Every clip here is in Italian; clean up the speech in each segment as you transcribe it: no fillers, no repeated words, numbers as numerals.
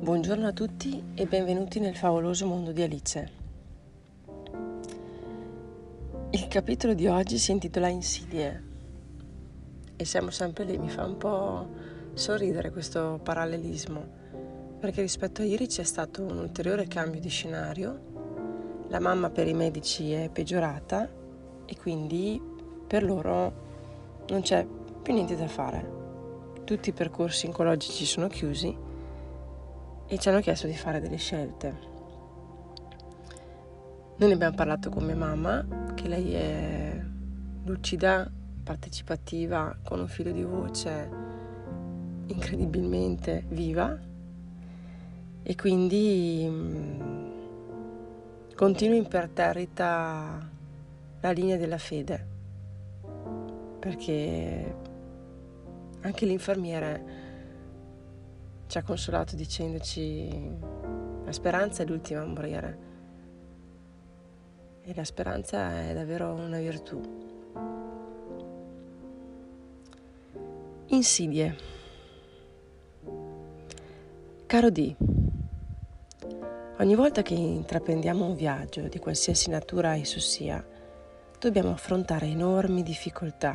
Buongiorno a tutti e benvenuti nel favoloso mondo di Alice. Il capitolo di oggi si intitola Insidie e siamo sempre lì, mi fa un po' sorridere questo parallelismo, perché rispetto a ieri c'è stato un ulteriore cambio di scenario, la mamma per i medici è peggiorata e quindi per loro non c'è più niente da fare. Tutti i percorsi oncologici sono chiusi e ci hanno chiesto di fare delle scelte. Noi ne abbiamo parlato con mia mamma, che lei è lucida, partecipativa, con un filo di voce incredibilmente viva e quindi continua imperterrita la linea della fede, perché anche l'infermiere ci ha consolato dicendoci la speranza è l'ultima a morire e la speranza è davvero una virtù. Insidie. Caro D, ogni volta che intraprendiamo un viaggio di qualsiasi natura esso sia, dobbiamo affrontare enormi difficoltà.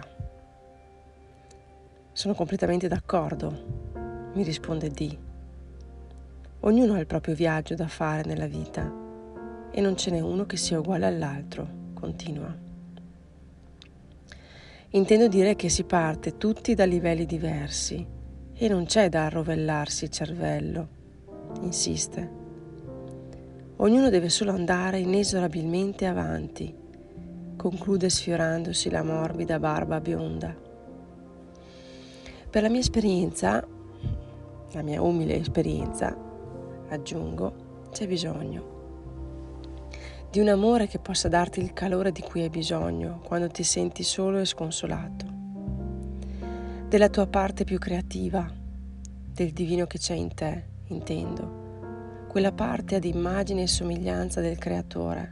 Sono completamente d'accordo, mi risponde D. Ognuno ha il proprio viaggio da fare nella vita e non ce n'è uno che sia uguale all'altro, continua. Intendo dire che si parte tutti da livelli diversi e non c'è da arrovellarsi il cervello, insiste. Ognuno deve solo andare inesorabilmente avanti, conclude sfiorandosi la morbida barba bionda. Per la mia esperienza, la mia umile esperienza, aggiungo, c'è bisogno di un amore che possa darti il calore di cui hai bisogno quando ti senti solo e sconsolato, della tua parte più creativa, del divino che c'è in te, intendo, quella parte ad immagine e somiglianza del creatore.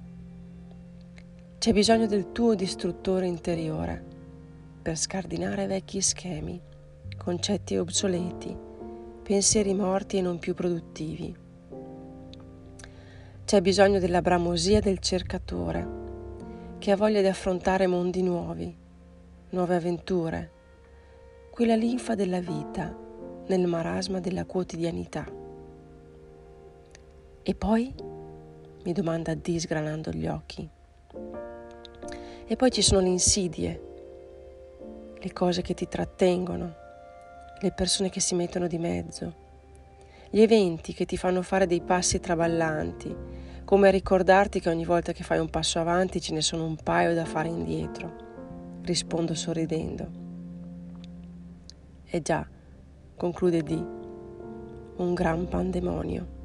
C'è bisogno del tuo distruttore interiore per scardinare vecchi schemi, concetti obsoleti, pensieri morti e non più produttivi. C'è bisogno della bramosia del cercatore, che ha voglia di affrontare mondi nuovi, nuove avventure, quella linfa della vita nel marasma della quotidianità. E poi? Mi domanda D sgranando gli occhi. E poi ci sono le insidie, le cose che ti trattengono, le persone che si mettono di mezzo, gli eventi che ti fanno fare dei passi traballanti, come a ricordarti che ogni volta che fai un passo avanti ce ne sono un paio da fare indietro. Rispondo sorridendo. E già, conclude D, un gran pandemonio.